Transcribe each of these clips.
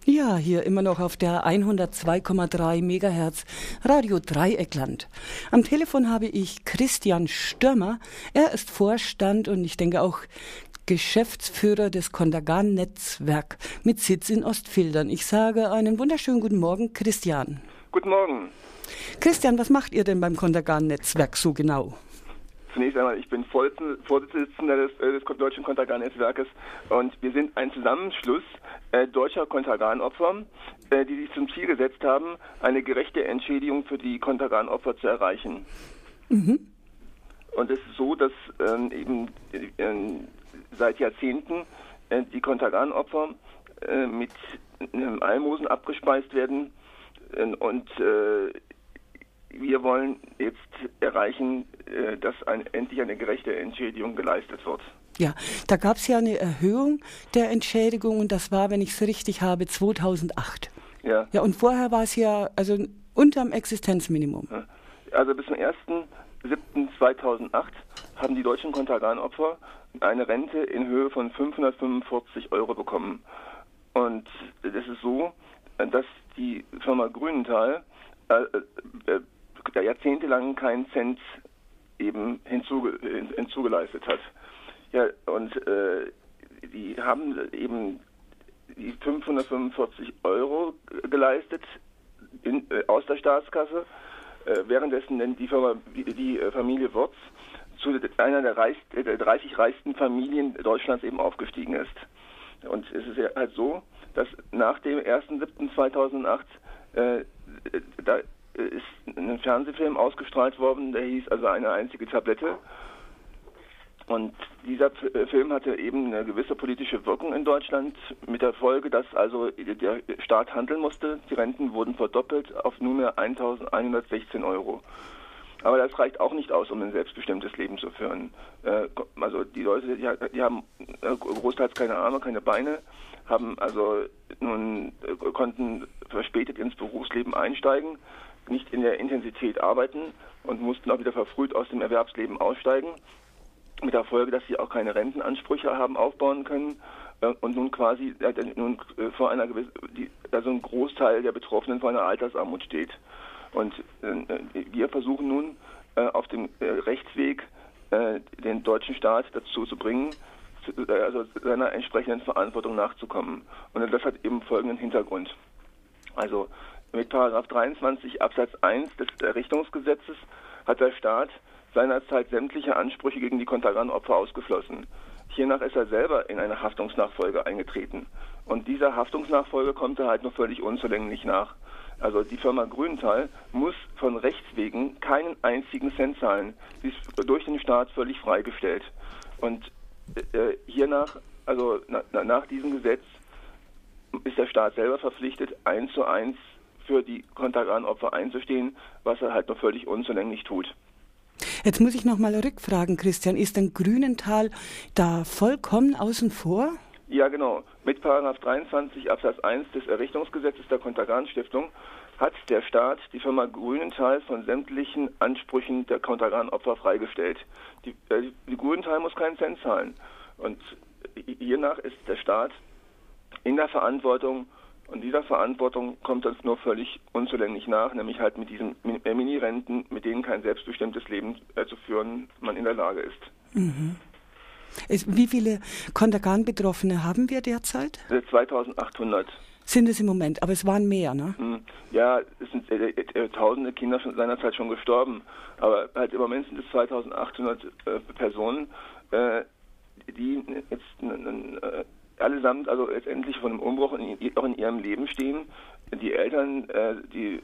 Ja, hier immer noch auf der 102,3 Megahertz Radio Dreieckland. Am Telefon habe ich Christian Störmer. Er ist Vorstand und ich denke auch Geschäftsführer des Contergan-Netzwerk mit Sitz in Ostfildern. Ich sage einen wunderschönen guten Morgen, Christian. Guten Morgen. Christian, was macht ihr denn beim Contergan-Netzwerk so genau? Zunächst einmal, ich bin Vorsitzender des Deutschen Contergan-Netzwerkes und wir sind ein Zusammenschluss deutscher Contergan-Opfer, die sich zum Ziel gesetzt haben, eine gerechte Entschädigung für die Contergan-Opfer zu erreichen. Mhm. Und es ist so, dass eben seit Jahrzehnten die Contergan-Opfer mit Almosen abgespeist werden und wir wollen jetzt erreichen, dass endlich eine gerechte Entschädigung geleistet wird. Ja, da gab es ja eine Erhöhung der Entschädigung und das war, wenn ich es richtig habe, 2008. Ja. Ja, und vorher war es ja also unterm Existenzminimum. Also bis zum 1.7.2008 haben die deutschen Contergan-Opfer eine Rente in Höhe von 545 € bekommen. Und das ist so, dass die Firma Grünenthal jahrzehntelang keinen Cent eben hinzugeleistet hat. Ja, und die haben eben die 545 € geleistet aus der Staatskasse, währenddessen denn die Familie Wirtz zu einer der 30 reichsten Familien Deutschlands eben aufgestiegen ist. Und es ist ja halt so, dass nach dem 1.7.2008 da ist ein Fernsehfilm ausgestrahlt worden, der hieß also Eine einzige Tablette. Und dieser Film hatte eben eine gewisse politische Wirkung in Deutschland mit der Folge, dass also der Staat handeln musste. Die Renten wurden verdoppelt auf nunmehr 1.116 €. Aber das reicht auch nicht aus, um ein selbstbestimmtes Leben zu führen. Also die Leute, die haben großteils keine Arme, keine Beine, konnten verspätet ins Berufsleben einsteigen, nicht in der Intensität arbeiten und mussten auch wieder verfrüht aus dem Erwerbsleben aussteigen, mit der Folge, dass sie auch keine Rentenansprüche haben aufbauen können und nun quasi vor einer also ein Großteil der Betroffenen vor einer Altersarmut steht. Und wir versuchen nun auf dem Rechtsweg den deutschen Staat dazu zu bringen, also seiner entsprechenden Verantwortung nachzukommen. Und das hat eben folgenden Hintergrund. Also mit § 23 Absatz 1 des Errichtungsgesetzes hat der Staat seinerzeit sämtliche Ansprüche gegen die Contergan-Opfer ausgeschlossen. Hiernach ist er selber in eine Haftungsnachfolge eingetreten. Und dieser Haftungsnachfolge kommt er halt noch völlig unzulänglich nach. Also die Firma Grünenthal muss von Rechts wegen keinen einzigen Cent zahlen. Sie ist durch den Staat völlig freigestellt. Und hiernach, also nach diesem Gesetz, ist der Staat selber verpflichtet, 1:1 für die Contergan-Opfer einzustehen, was er halt noch völlig unzulänglich tut. Jetzt muss ich noch mal rückfragen, Christian, ist denn Grünenthal da vollkommen außen vor? Ja, genau. Mit § 23 Absatz 1 des Errichtungsgesetzes der Contergan-Stiftung hat der Staat die Firma Grünenthal von sämtlichen Ansprüchen der Contergan-Opfer freigestellt. Die Grünenthal muss keinen Cent zahlen. Und hiernach ist der Staat in der Verantwortung, und dieser Verantwortung kommt uns nur völlig unzulänglich nach, nämlich halt mit diesen Mini-Renten, mit denen kein selbstbestimmtes Leben zu führen man in der Lage ist. Mhm. Wie viele Contergan-Betroffene haben wir derzeit? 2.800. Sind es im Moment, aber es waren mehr, ne? Ja, es sind tausende Kinder seinerzeit schon gestorben, aber halt im Moment sind es 2.800 Personen, die jetzt allesamt also letztendlich von einem Umbruch auch in ihrem Leben stehen. Die Eltern, die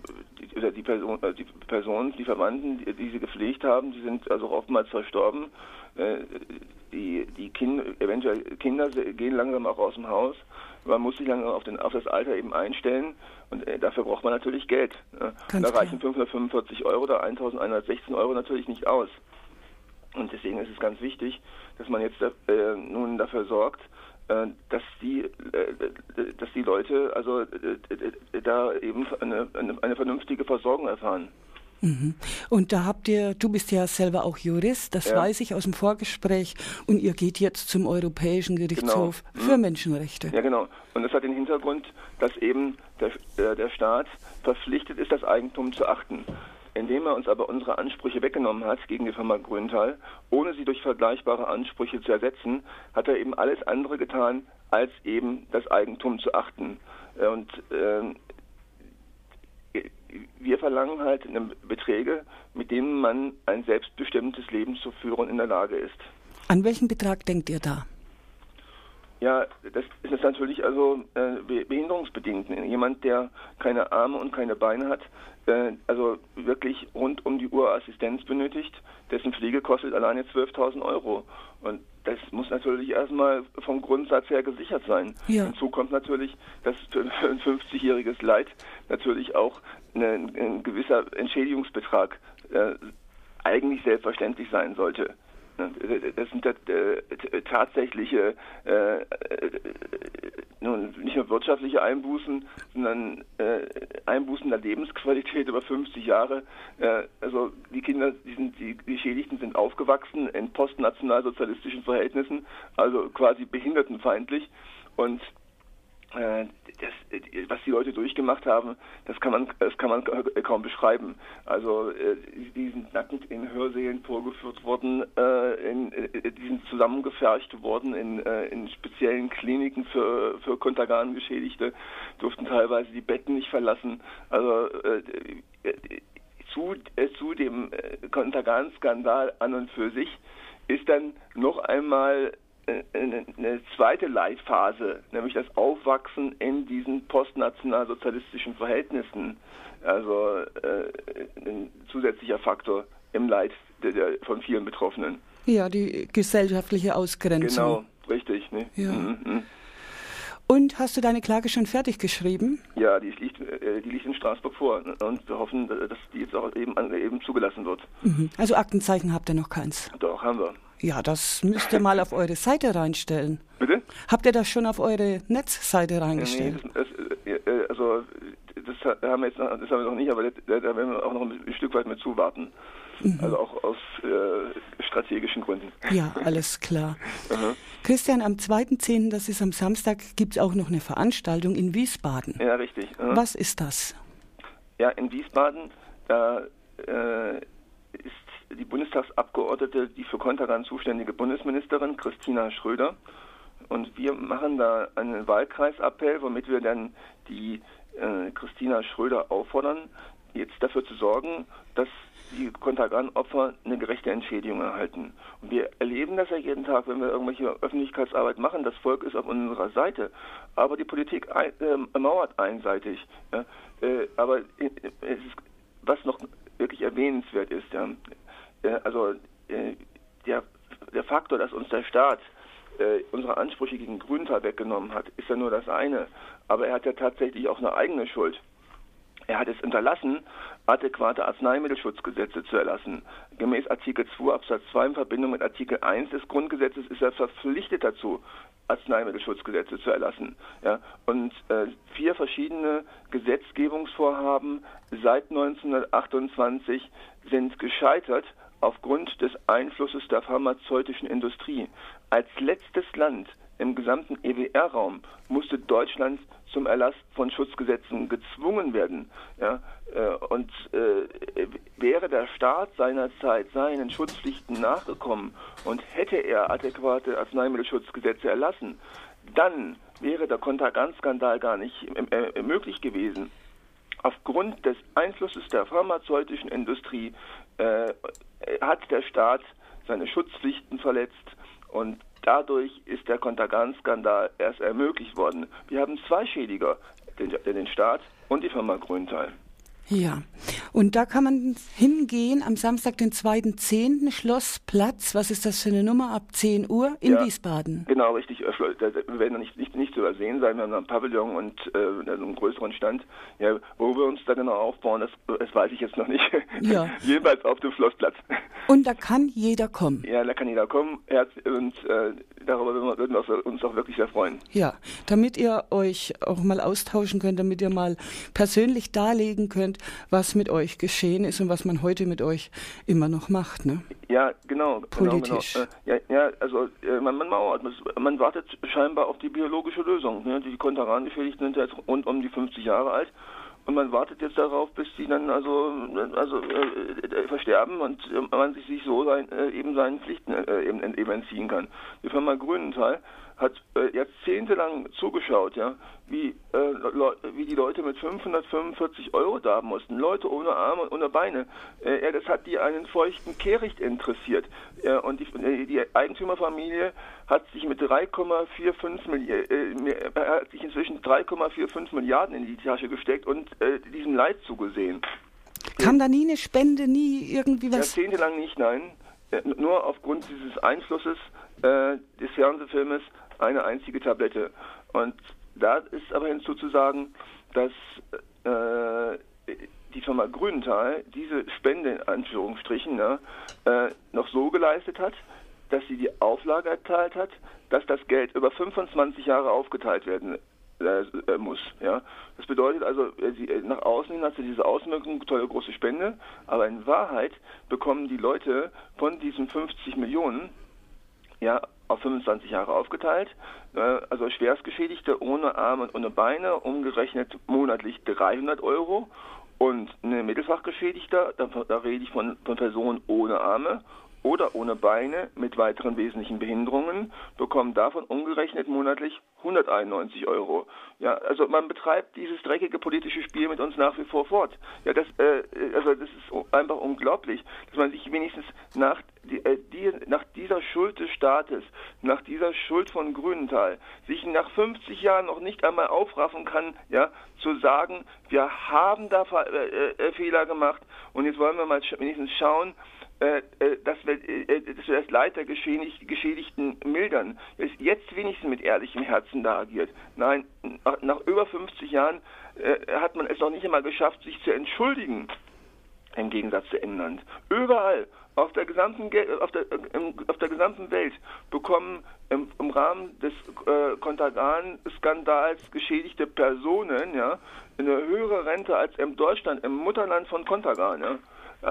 Personen, die Verwandten, die sie gepflegt haben, die sind also oftmals verstorben. Die Kinder gehen langsam auch aus dem Haus. Man muss sich langsam auf das Alter eben einstellen und dafür braucht man natürlich Geld. Da reichen 545 € oder 1.116 € natürlich nicht aus. Und deswegen ist es ganz wichtig, dass man jetzt nun dafür sorgt, dass die Leute also da eben eine vernünftige Versorgung erfahren. Mhm. Und da du bist ja selber auch Jurist, das weiß ich aus dem Vorgespräch, und ihr geht jetzt zum Europäischen Gerichtshof für Menschenrechte. Ja, genau. Und das hat den Hintergrund, dass eben der Staat verpflichtet ist, das Eigentum zu achten. Indem er uns aber unsere Ansprüche weggenommen hat gegen die Firma Grüntal, ohne sie durch vergleichbare Ansprüche zu ersetzen, hat er eben alles andere getan, als eben das Eigentum zu achten. Und wir verlangen halt Beträge, mit denen man ein selbstbestimmtes Leben zu führen in der Lage ist. An welchen Betrag denkt ihr da? Ja, das ist natürlich also behinderungsbedingt. Jemand, der keine Arme und keine Beine hat, also wirklich rund um die Uhr Assistenz benötigt, dessen Pflege kostet alleine 12.000 €. Und das muss natürlich erstmal vom Grundsatz her gesichert sein. Ja. Hinzu kommt natürlich, dass für ein 50-jähriges Leid natürlich auch ein gewisser Entschädigungsbetrag eigentlich selbstverständlich sein sollte. Das sind tatsächliche, nicht nur wirtschaftliche Einbußen, sondern Einbußen der Lebensqualität über 50 Jahre. Also die Kinder, die Geschädigten sind aufgewachsen in postnationalsozialistischen Verhältnissen, also quasi behindertenfeindlich. Und was die Leute durchgemacht haben, das kann man kaum beschreiben. Also die sind nackend in Hörsälen vorgeführt worden, die sind zusammengefercht worden in speziellen Kliniken für Kontergan-Geschädigte, durften teilweise die Betten nicht verlassen. Also zu dem Kontergan-Skandal an und für sich ist dann noch einmal eine zweite Leitphase, nämlich das Aufwachsen in diesen postnationalsozialistischen Verhältnissen, also ein zusätzlicher Faktor im Leid von vielen Betroffenen. Ja, die gesellschaftliche Ausgrenzung. Genau, richtig. Ne? Ja. Und hast du deine Klage schon fertig geschrieben? Ja, die liegt in Straßburg vor, und wir hoffen, dass die jetzt auch eben zugelassen wird. Also Aktenzeichen habt ihr noch keins? Doch, haben wir. Ja, das müsst ihr mal auf eure Seite reinstellen. Bitte? Habt ihr das schon auf eure Netzseite reingestellt? Nee, das haben wir noch nicht, aber da werden wir auch noch ein Stück weit mit zuwarten. Also auch aus strategischen Gründen. Ja, alles klar. Christian, am 2.10., das ist am Samstag, gibt es auch noch eine Veranstaltung in Wiesbaden. Ja, richtig. Was ist das? Ja, in Wiesbaden, da ist die Bundestagsabgeordnete, die für Kontergan zuständige Bundesministerin Christina Schröder. Und wir machen da einen Wahlkreisappell, womit wir dann die Christina Schröder auffordern, jetzt dafür zu sorgen, dass die Kontergan-Opfer eine gerechte Entschädigung erhalten. Und wir erleben das ja jeden Tag, wenn wir irgendwelche Öffentlichkeitsarbeit machen. Das Volk ist auf unserer Seite, aber die Politik mauert einseitig. Ja? Aber was noch wirklich erwähnenswert ist, also der Faktor, dass uns der Staat unsere Ansprüche gegen Grüntal weggenommen hat, ist ja nur das eine. Aber er hat ja tatsächlich auch eine eigene Schuld. Er hat es unterlassen, adäquate Arzneimittelschutzgesetze zu erlassen. Gemäß Artikel 2 Absatz 2 in Verbindung mit Artikel 1 des Grundgesetzes ist er verpflichtet dazu, Arzneimittelschutzgesetze zu erlassen. Ja? Und 4 verschiedene Gesetzgebungsvorhaben seit 1928 sind gescheitert aufgrund des Einflusses der pharmazeutischen Industrie. Als letztes Land im gesamten EWR-Raum musste Deutschland zum Erlass von Schutzgesetzen gezwungen werden. Ja? Und wäre der Staat seinerzeit seinen Schutzpflichten nachgekommen und hätte er adäquate Arzneimittelschutzgesetze erlassen, dann wäre der Kontergan-Skandal gar nicht möglich gewesen. Aufgrund des Einflusses der pharmazeutischen Industrie hat der Staat seine Schutzpflichten verletzt, und dadurch ist der Kontergan-Skandal erst ermöglicht worden. Wir haben 2 Schädiger, den Staat und die Firma Grüntal. Ja, und da kann man hingehen am Samstag, den 2.10., Schlossplatz, was ist das für eine Nummer, ab 10 Uhr in Wiesbaden? Genau, richtig. Wir werden nicht zu übersehen sein, wir haben einen Pavillon und einen größeren Stand. Ja, wo wir uns da genau aufbauen, das weiß ich jetzt noch nicht. Ja. Jedenfalls auf dem Schlossplatz. Und da kann jeder kommen? Ja, da kann jeder kommen, und darüber würden wir uns auch wirklich sehr freuen. Ja, damit ihr euch auch mal austauschen könnt, damit ihr mal persönlich darlegen könnt, was mit euch geschehen ist und was man heute mit euch immer noch macht, ne? Ja, genau. Politisch. Also man mauert. Man wartet scheinbar auf die biologische Lösung. Ne? Die Kontergan-Geschädigten sind jetzt rund um die 50 Jahre alt. Und man wartet jetzt darauf, bis die dann versterben und man sich so seinen Pflichten eben entziehen kann. Die Firma Grünenthal hat jahrzehntelang zugeschaut, ja, wie die Leute mit 545 € da mussten. Leute ohne Arme und ohne Beine. Das hat die einen feuchten Kehricht interessiert. Und die Eigentümerfamilie hat sich mit inzwischen 3,45 Milliarden in die Tasche gesteckt und diesem Leid zugesehen. Kam da nie eine Spende, nie irgendwie was? Jahrzehntelang nicht, nein. Nur aufgrund dieses Einflusses des Fernsehfilmes eine einzige Tablette. Und da ist aber hinzuzusagen, dass die Firma Grünenthal diese Spende in Anführungsstrichen noch so geleistet hat, dass sie die Auflage erteilt hat, dass das Geld über 25 Jahre aufgeteilt werden muss. Ja? Das bedeutet also, nach außen hin hat sie diese Auswirkung, tolle große Spende, aber in Wahrheit bekommen die Leute von diesen 50 Millionen auf 25 Jahre aufgeteilt, also Schwerstgeschädigte ohne Arme und ohne Beine, umgerechnet monatlich 300 € und eine Mittelfachgeschädigte, da rede ich von Personen ohne Arme oder ohne Beine mit weiteren wesentlichen Behinderungen, bekommen davon umgerechnet monatlich 191 €. Ja, also man betreibt dieses dreckige politische Spiel mit uns nach wie vor fort. Ja, das ist einfach unglaublich, dass man sich wenigstens nach dieser Schuld des Staates, nach dieser Schuld von Grünenthal, sich nach 50 Jahren noch nicht einmal aufraffen kann, ja, zu sagen, wir haben da Fehler gemacht und jetzt wollen wir mal wenigstens schauen, dass wir das Leid der Geschädigten mildern, jetzt wenigstens mit ehrlichem Herzen da agiert. Nein, nach über 50 Jahren hat man es noch nicht einmal geschafft, sich zu entschuldigen, im Gegensatz zu England. Überall, auf der gesamten Welt bekommen im Rahmen des Contergan-Skandals geschädigte Personen eine höhere Rente als in Deutschland, im Mutterland von Contergan. Ja.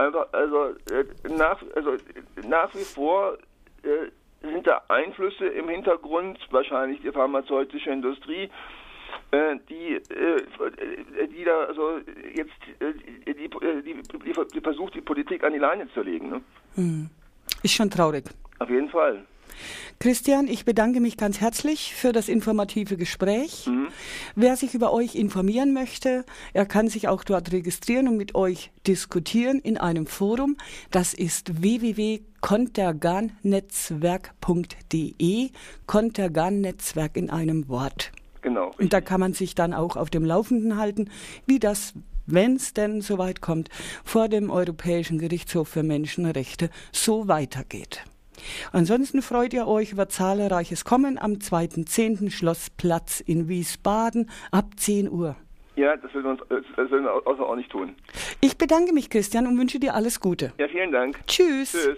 Nach wie vor sind da Einflüsse im Hintergrund, wahrscheinlich die pharmazeutische Industrie, die da jetzt die versucht, die Politik an die Leine zu legen. Ne? Ist schon traurig. Auf jeden Fall. Christian, ich bedanke mich ganz herzlich für das informative Gespräch. Wer sich über euch informieren möchte, er kann sich auch dort registrieren und mit euch diskutieren in einem Forum. Das ist www.contergannetzwerk.de, Contergan-Netzwerk in einem Wort. Genau. Richtig. Und da kann man sich dann auch auf dem Laufenden halten, wie das, wenn es denn soweit kommt, vor dem Europäischen Gerichtshof für Menschenrechte so weitergeht. Ansonsten freut ihr euch über zahlreiches Kommen am 2.10. Schlossplatz in Wiesbaden ab 10 Uhr. Ja, das werden wir außerordentlich tun. Ich bedanke mich, Christian, und wünsche dir alles Gute. Ja, vielen Dank. Tschüss.